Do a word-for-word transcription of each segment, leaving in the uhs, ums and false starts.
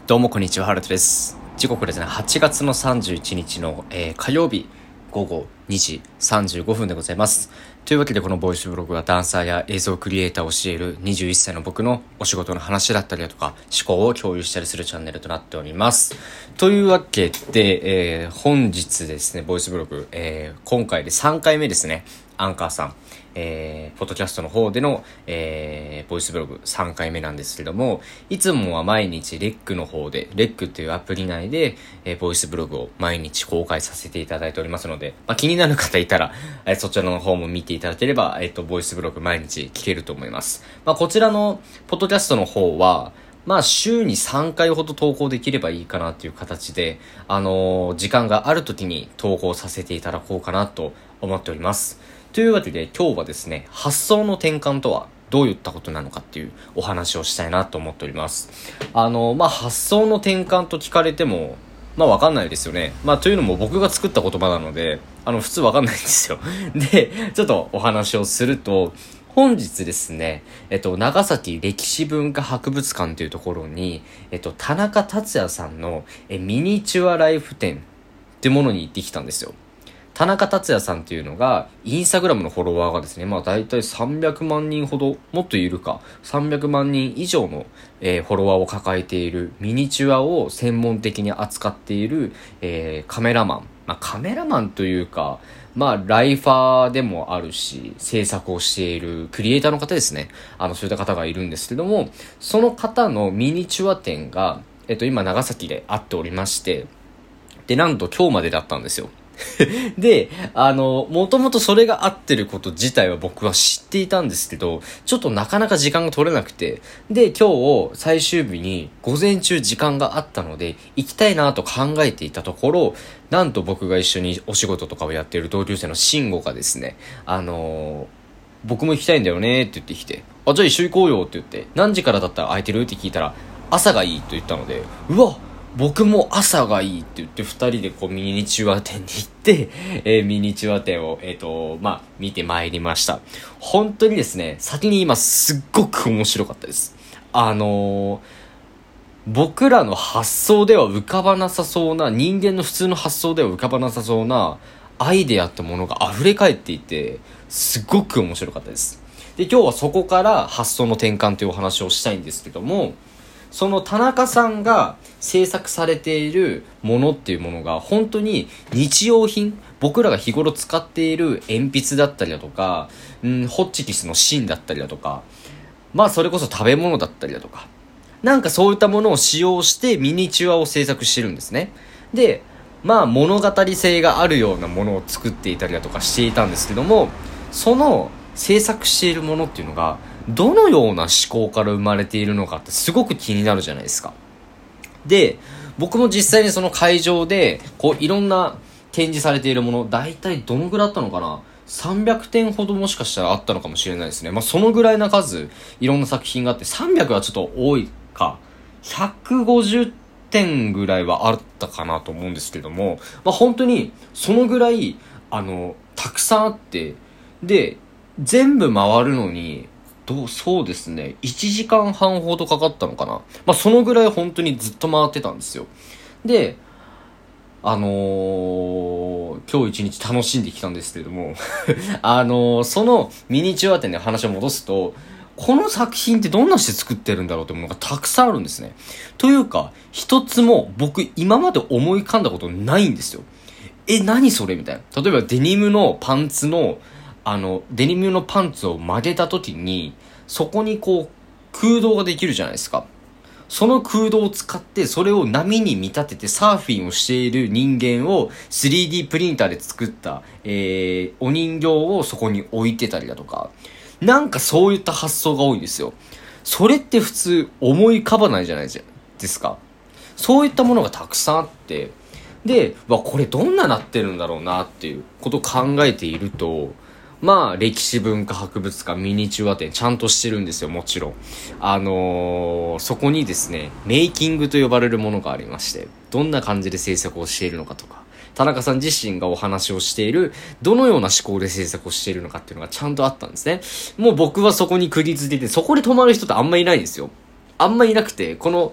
どうもこんにちは、ハルトです。時刻ですね、はちがつのさんじゅういちにちの、えー、火曜日午後にじさんじゅうごふんでございます。というわけでこのボイスブログはダンサーや映像クリエイターを教えるにじゅういっさいの僕のお仕事の話だったりだとか思考を共有したりするチャンネルとなっております。というわけで、えー、本日ですね、ボイスブログ、えー、今回でさんかいめですね。アンカーさん、えー、ポッドキャストの方での、えー、ボイスブログさんかいめなんですけども、いつもは毎日レックの方で、レックというアプリ内で、えー、ボイスブログを毎日公開させていただいておりますので、まあ、気になる方いたら、えー、そちらの方も見ていただければ、えっと、ボイスブログ毎日聞けると思います。まあ、こちらのポッドキャストの方は、まあ週にさんかいほど投稿できればいいかなという形で、あのー、時間がある時に投稿させていただこうかなと思っております。というわけで今日はですね、発想の転換とはどういったことなのかっていうお話をしたいなと思っております。あのー、まあ発想の転換と聞かれても、まあわかんないですよね。まあというのも僕が作った言葉なので、あの普通わかんないんですよ。で、ちょっとお話をすると、本日ですね、えっと、長崎歴史文化博物館というところに、えっと、田中達也さんのえミニチュアライフ展ってものに行ってきたんですよ。田中達也さんっていうのが、インスタグラムのフォロワーがですね、まあ大体さんびゃくまんにんほど、もっといるか、さんびゃくまんにん以上の、えー、フォロワーを抱えているミニチュアを専門的に扱っている、えー、カメラマン。まあカメラマンというか、まあライファーでもあるし、制作をしているクリエイターの方ですね。あの、そういった方がいるんですけども、その方のミニチュア展が、えっと今長崎であっておりまして、で、なんと今日までだったんですよ。で、あの、もともとそれが合ってること自体は僕は知っていたんですけど、ちょっとなかなか時間が取れなくて、で、今日最終日に午前中時間があったので、行きたいなと考えていたところ、なんと僕が一緒にお仕事とかをやっている同級生の慎吾がですね、あの僕も行きたいんだよねって言ってきて、あ、じゃあ一緒行こうよって言って、何時からだったら空いてるって聞いたら、朝がいいと言ったので、うわ僕も朝がいいって言って二人でこうミニチュア店に行って、えー、ミニチュア店を、えっと、まあ、見てまいりました。本当にですね、先に今すっごく面白かったです。あのー、僕らの発想では浮かばなさそうな、人間の普通の発想では浮かばなさそうなアイデアってものが溢れ返っていて、すっごく面白かったです。で、今日はそこから発想の転換というお話をしたいんですけども、その田中さんが制作されているものっていうものが本当に日用品、僕らが日頃使っている鉛筆だったりだとか、うん、ホッチキスの芯だったりだとか、まあそれこそ食べ物だったりだとか、なんかそういったものを使用してミニチュアを制作してるんですね。で、まあ物語性があるようなものを作っていたりだとかしていたんですけども、その制作しているものっていうのがどのような思考から生まれているのかってすごく気になるじゃないですか。で、僕も実際にその会場でこういろんな展示されているもの、大体どのぐらいあったのかな、さんびゃくてんほどもしかしたらあったのかもしれないですね。まあそのぐらいな数いろんな作品があって、さんびゃくはちょっと多いか、ひゃくごじゅってんぐらいはあったかなと思うんですけども、まあ本当にそのぐらいあのたくさんあって、で全部回るのにどうそうですねいちじかんはんほどかかったのかな。まあそのぐらい本当にずっと回ってたんですよ。で、あのー、今日一日楽しんできたんですけれどもあのー、そのミニチュア展で話を戻すと、この作品ってどんなして作ってるんだろうってものがたくさんあるんですね。というか一つも僕今まで思い浮かんだことないんですよ。え、何それみたいな。例えばデニムのパンツのあのデニムのパンツを曲げた時にそこにこう空洞ができるじゃないですか。その空洞を使ってそれを波に見立ててサーフィンをしている人間を スリーディー プリンターで作った、えー、お人形をそこに置いてたりだとか、なんかそういった発想が多いんですよ。それって普通思い浮かばないじゃないですか。そういったものがたくさんあって、で、わ、これどんななってるんだろうなっていうことを考えていると、まあ歴史文化博物館ミニチュア展ちゃんとしてるんですよ。もちろんあのー、そこにですねメイキングと呼ばれるものがありまして、どんな感じで制作をしているのかとか、田中さん自身がお話をしているどのような思考で制作をしているのかっていうのがちゃんとあったんですね。もう僕はそこに釘付けて、そこで止まる人ってあんまいないんですよ。あんまいなくて、この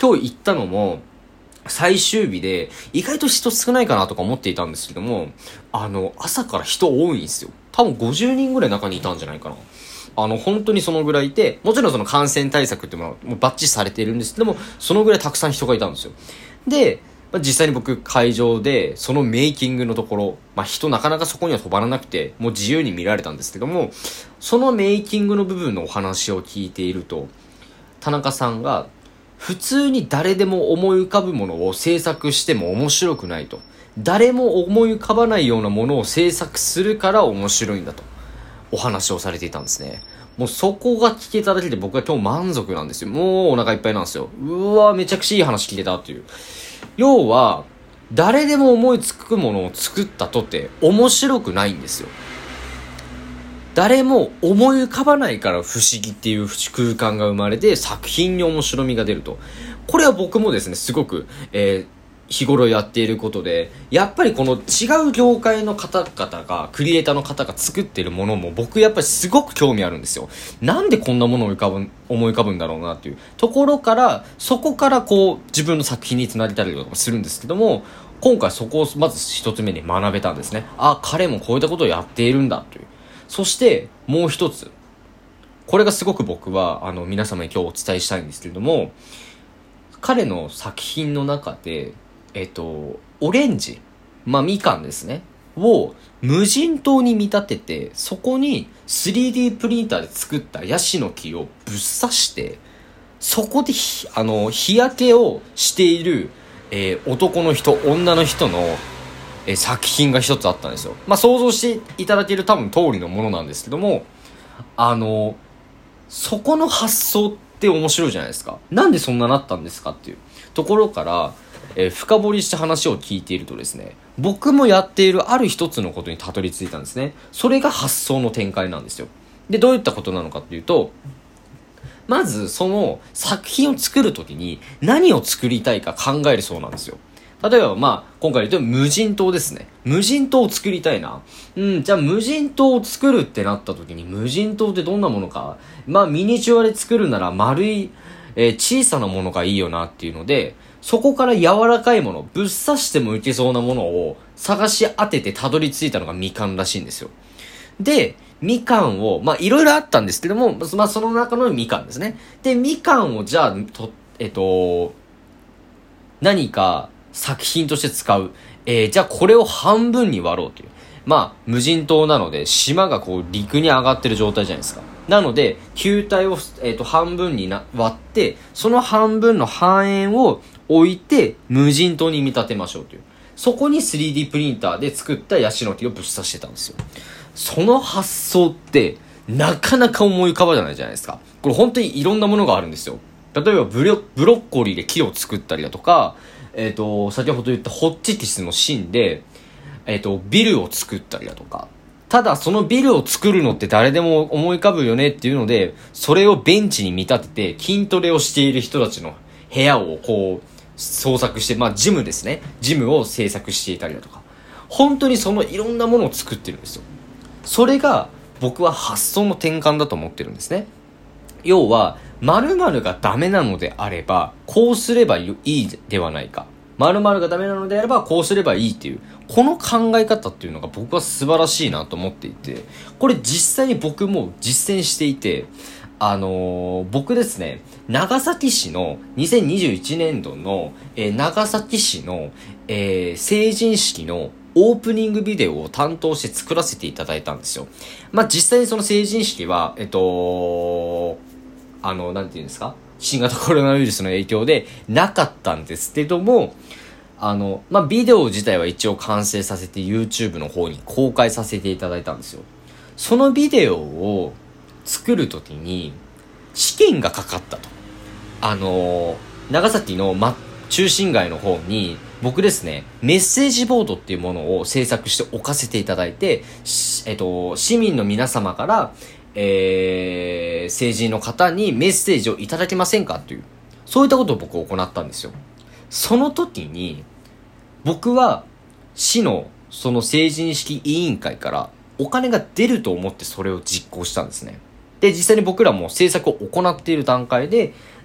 今日行ったのも、最終日で、意外と人少ないかなとか思っていたんですけども、あの、朝から人多いんですよ。多分ごじゅうにんぐらい中にいたんじゃないかな。あの、本当にそのぐらいいて、もちろんその感染対策っていうものはもうバッチリされているんですけども、そのぐらいたくさん人がいたんですよ。で、まあ、実際に僕会場でそのメイキングのところ、まあ、人なかなかそこには止まらなくてもう自由に見られたんですけども、そのメイキングの部分のお話を聞いていると、田中さんが普通に誰でも思い浮かぶものを制作しても面白くないと、誰も思い浮かばないようなものを制作するから面白いんだとお話をされていたんですね。もうそこが聞けただけで僕は今日満足なんですよ。もうお腹いっぱいなんですよ。うわめちゃくちゃいい話聞けたっていう。要は誰でも思いつくものを作ったとて面白くないんですよ。誰も思い浮かばないから不思議っていう空間が生まれて作品に面白みが出ると。これは僕もですねすごく、えー日頃やっていることで、やっぱりこの違う業界の方々が、クリエイターの方が作っているものも僕やっぱりすごく興味あるんですよ。なんでこんなものを浮かぶ、思い浮かぶんだろうなっていうところから、そこからこう自分の作品につなげたりとかするんですけども、今回そこをまず一つ目に学べたんですね。あ、彼もこういったことをやっているんだという。そしてもう一つ。これがすごく僕はあの皆様に今日お伝えしたいんですけれども、彼の作品の中でえっと、オレンジ、まあ、みかんですね、を無人島に見立てて、そこに スリーディー プリンターで作ったヤシの木をぶっ刺して、そこであの日焼けをしている、えー、男の人、女の人の、えー、作品が一つあったんですよ。まあ、想像していただける多分通りのものなんですけども、あの、そこの発想って面白いじゃないですか。なんでそんななったんですかっていうところから、えー、深掘りして話を聞いているとですね、僕もやっているある一つのことにたどり着いたんですね。それが発想の展開なんですよ。で、どういったことなのかっていうと、まずその作品を作るときに何を作りたいか考えるそうなんですよ。例えばまあ今回言うと無人島ですね。無人島を作りたいな。うん、じゃあ無人島を作るってなったときに、無人島ってどんなものか。まあミニチュアで作るなら丸い、えー、小さなものがいいよなっていうので、そこから柔らかいもの、ぶっ刺してもいけそうなものを探し当ててたどり着いたのがみかんらしいんですよ。で、みかんを、まあいろいろあったんですけども、まあその中のみかんですね。で、みかんをじゃあ、と、えっと、何か作品として使う。えー、じゃあこれを半分に割ろうという。まあ、無人島なので、島がこう陸に上がってる状態じゃないですか。なので、球体を、えっと、半分にな割って、その半分の半円を置いて、無人島に見立てましょうという。そこに スリーディー プリンターで作ったヤシの木をぶっ刺してたんですよ。その発想って、なかなか思い浮かばないじゃないですか。これ本当にいろんなものがあるんですよ。例えばブロ、ブロッコリーで木を作ったりだとか、えっと、先ほど言ったホッチキスの芯で、えっと、ビルを作ったりだとか。ただ、そのビルを作るのって誰でも思い浮かぶよねっていうので、それをベンチに見立てて、筋トレをしている人たちの部屋をこう、創作して、まあ、ジムですね。ジムを制作していたりだとか。本当にそのいろんなものを作ってるんですよ。それが、僕は発想の転換だと思ってるんですね。要は、〇〇がダメなのであれば、こうすればいいではないか。〇〇がダメなのであれば、こうすればいいっていう、この考え方っていうのが僕は素晴らしいなと思っていて、これ実際に僕も実践していて、あのー、僕ですね、長崎市のにせんにじゅういちねんどの、えー、長崎市の、えー、成人式のオープニングビデオを担当して作らせていただいたんですよ。まあ、実際にその成人式は、えっと、あの、なんていうんですか？新型コロナウイルスの影響でなかったんですけども、あの、まあ、ビデオ自体は一応完成させて YouTube の方に公開させていただいたんですよ。そのビデオを作るときに試験がかかったと。あの、長崎の、ま、中心街の方に僕ですね、メッセージボードっていうものを制作して置かせていただいて、えっと、市民の皆様から、えー、成人の方にメッセージをいただけませんかという、そういったことを僕行ったんですよ。その時に、僕は市のその成人式委員会からお金が出ると思ってそれを実行したんですね。で、実際に僕らも制作を行っている段階で、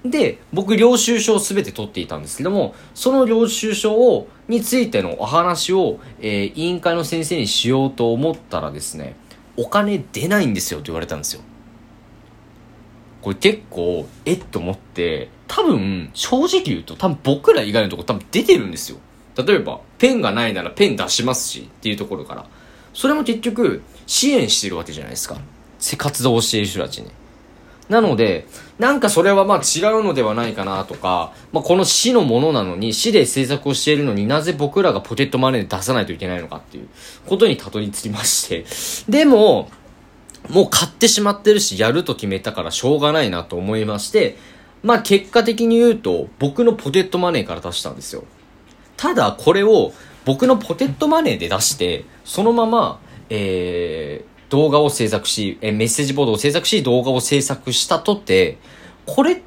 で、僕、領収書をすべて取っていたんですけども、その領収書を、についてのお話を、えー、委員会の先生にしようと思ったらですね、お金出ないんですよと言われたんですよ。これ結構、えっと思って、多分、正直言うと、多分僕ら以外のところ多分出てるんですよ。例えば、ペンがないならペン出しますし、っていうところから。それも結局、支援してるわけじゃないですか。活動をしている人たちに。なので、なんかそれはまあ違うのではないかなとか、まあこの市のものなのに、市で制作をしているのになぜ僕らがポケットマネーで出さないといけないのかっていうことにたどり着きまして。でも、もう買ってしまってるし、やると決めたからしょうがないなと思いまして、まあ結果的に言うと、僕のポケットマネーから出したんですよ。ただこれを僕のポケットマネーで出して、そのまま、えー、動画を制作し、え、メッセージボードを制作し、動画を制作したとて、これって、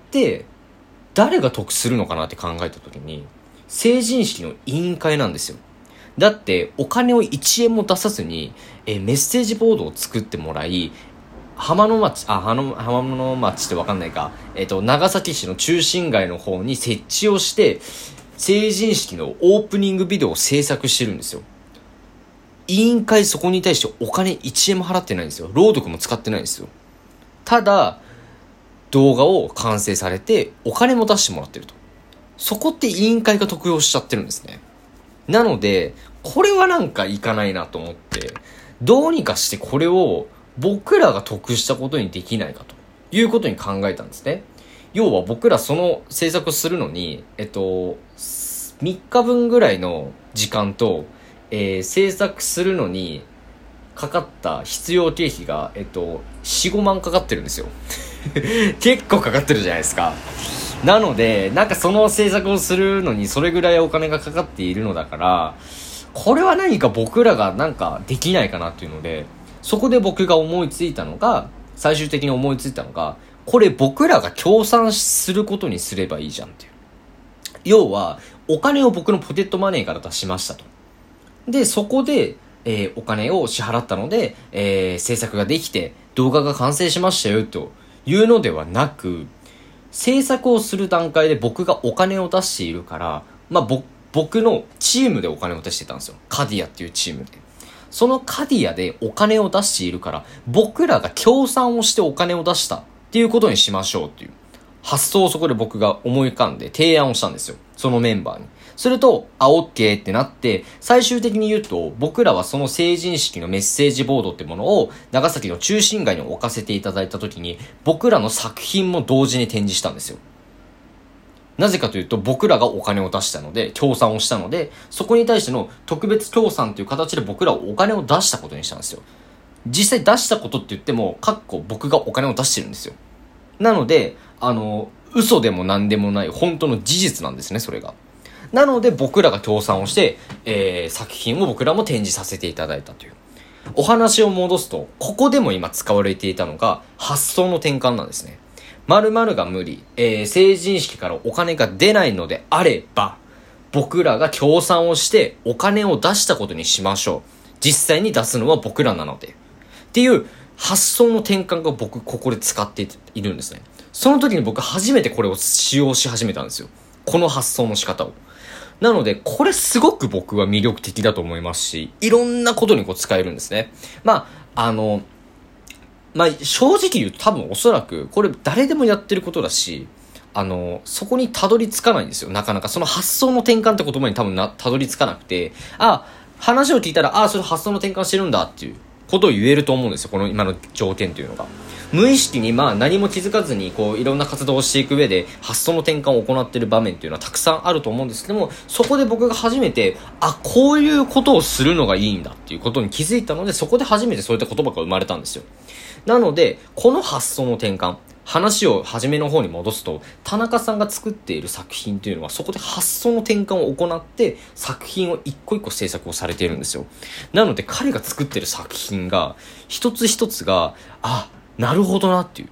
誰が得するのかなって考えたときに、成人式の委員会なんですよ。だって、お金をいちえんも出さずに、え、メッセージボードを作ってもらい、浜野町、あ、浜野町ってわかんないか、えっと、長崎市の中心街の方に設置をして、成人式のオープニングビデオを制作してるんですよ。委員会そこに対してお金いちえんも払ってないんですよ。朗読も使ってないんですよ。ただ、動画を完成されてお金も出してもらってると。そこって委員会が得用しちゃってるんですね。なので、これはなんかいかないなと思って、どうにかしてこれを僕らが得したことにできないかということに考えたんですね。要は僕らその制作をするのに、えっと、みっかぶんぐらいの時間と、えー、制作するのにかかった必要経費が、えっと、よん、ごまんかかってるんですよ。結構かかってるじゃないですか。なので、なんかその制作をするのにそれぐらいお金がかかっているのだから、これは何か僕らがなんかできないかなっていうので、そこで僕が思いついたのが、最終的に思いついたのが、これ僕らが協賛することにすればいいじゃんっていう。要は、お金を僕のポケットマネーから出しましたと。で、そこで、えー、お金を支払ったので、えー、制作ができて、動画が完成しましたよ、というのではなく、制作をする段階で僕がお金を出しているから、まあ、ぼ、僕のチームでお金を出してたんですよ。カディアっていうチームで。そのカディアでお金を出しているから、僕らが協賛をしてお金を出したっていうことにしましょうっていう発想をそこで僕が思い浮かんで提案をしたんですよ。そのメンバーに。すると、あ、オッケーってなって、最終的に言うと、僕らはその成人式のメッセージボードってものを、長崎の中心街に置かせていただいたときに、僕らの作品も同時に展示したんですよ。なぜかというと、僕らがお金を出したので、協賛をしたので、そこに対しての特別協賛という形で僕らはお金を出したことにしたんですよ。実際出したことって言っても、かっこ僕がお金を出してるんですよ。なので、あの、嘘でも何でもない、本当の事実なんですね、それが。なので僕らが協賛をして、えー、作品を僕らも展示させていただいたという。お話を戻すと、ここでも今使われていたのが発想の転換なんですね。〇〇が無理、えー、成人式からお金が出ないのであれば、僕らが協賛をしてお金を出したことにしましょう。実際に出すのは僕らなので。っていう発想の転換が僕ここで使っているんですね。その時に僕初めてこれを使用し始めたんですよ。この発想の仕方を。なので、これすごく僕は魅力的だと思いますし、いろんなことにこう使えるんですね。まあ、あの、まあ、正直言うと多分おそらく、これ誰でもやってることだし、あの、そこにたどり着かないんですよ。なかなか。その発想の転換って言葉に多分な、たどり着かなくて、あ、話を聞いたら、あ、それ発想の転換してるんだっていうことを言えると思うんですよ。この今の条件というのが。無意識にまあ何も気づかずにこういろんな活動をしていく上で発想の転換を行っている場面っていうのはたくさんあると思うんですけども、そこで僕が初めて、あ、こういうことをするのがいいんだっていうことに気づいたので、そこで初めてそういった言葉が生まれたんですよ。なので、この発想の転換、話を初めの方に戻すと、田中さんが作っている作品というのはそこで発想の転換を行って作品を一個一個制作をされているんですよ。なので彼が作っている作品が一つ一つが、あ、なるほどなっていう。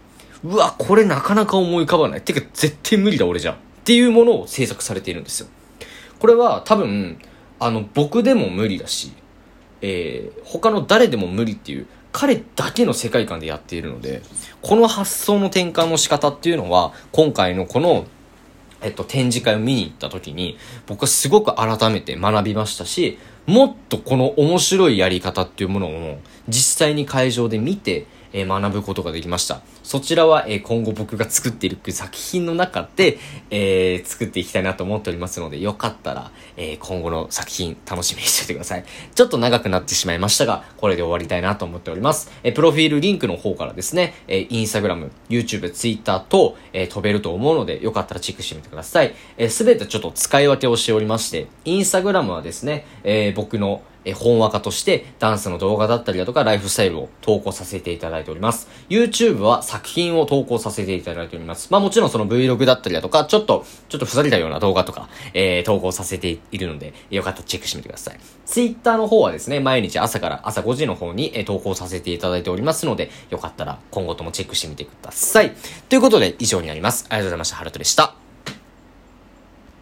うわ、これなかなか思い浮かばない。てか絶対無理だ俺じゃん。っていうものを制作されているんですよ。これは多分、あの、僕でも無理だし、えー、他の誰でも無理っていう彼だけの世界観でやっているので、この発想の転換の仕方っていうのは、今回のこの、えっと、展示会を見に行った時に、僕はすごく改めて学びましたし、もっとこの面白いやり方っていうものを実際に会場で見て、えー、学ぶことができました。そちらは、えー、今後僕が作っていく作品の中で、えー、作っていきたいなと思っておりますので、よかったら、えー、今後の作品楽しみにしておいてください。ちょっと長くなってしまいましたが、これで終わりたいなと思っております。えー、プロフィールリンクの方からですね、えー、インスタグラム、YouTube、Twitter と、えー、飛べると思うので、よかったらチェックしてみてください。えー、すべてちょっと使い分けをしておりまして、インスタグラムはですね、えー、僕のえ、本話家としてダンスの動画だったりだとかライフスタイルを投稿させていただいております。YouTube は作品を投稿させていただいております。まあもちろんその Vlog だったりだとか、ちょっと、ちょっとふざけたような動画とか、えー、投稿させているので、よかったらチェックしてみてください。Twitter の方はですね、毎日朝から朝ごじの方に、えー、投稿させていただいておりますので、よかったら今後ともチェックしてみてください。ということで以上になります。ありがとうございました。ハルトでした。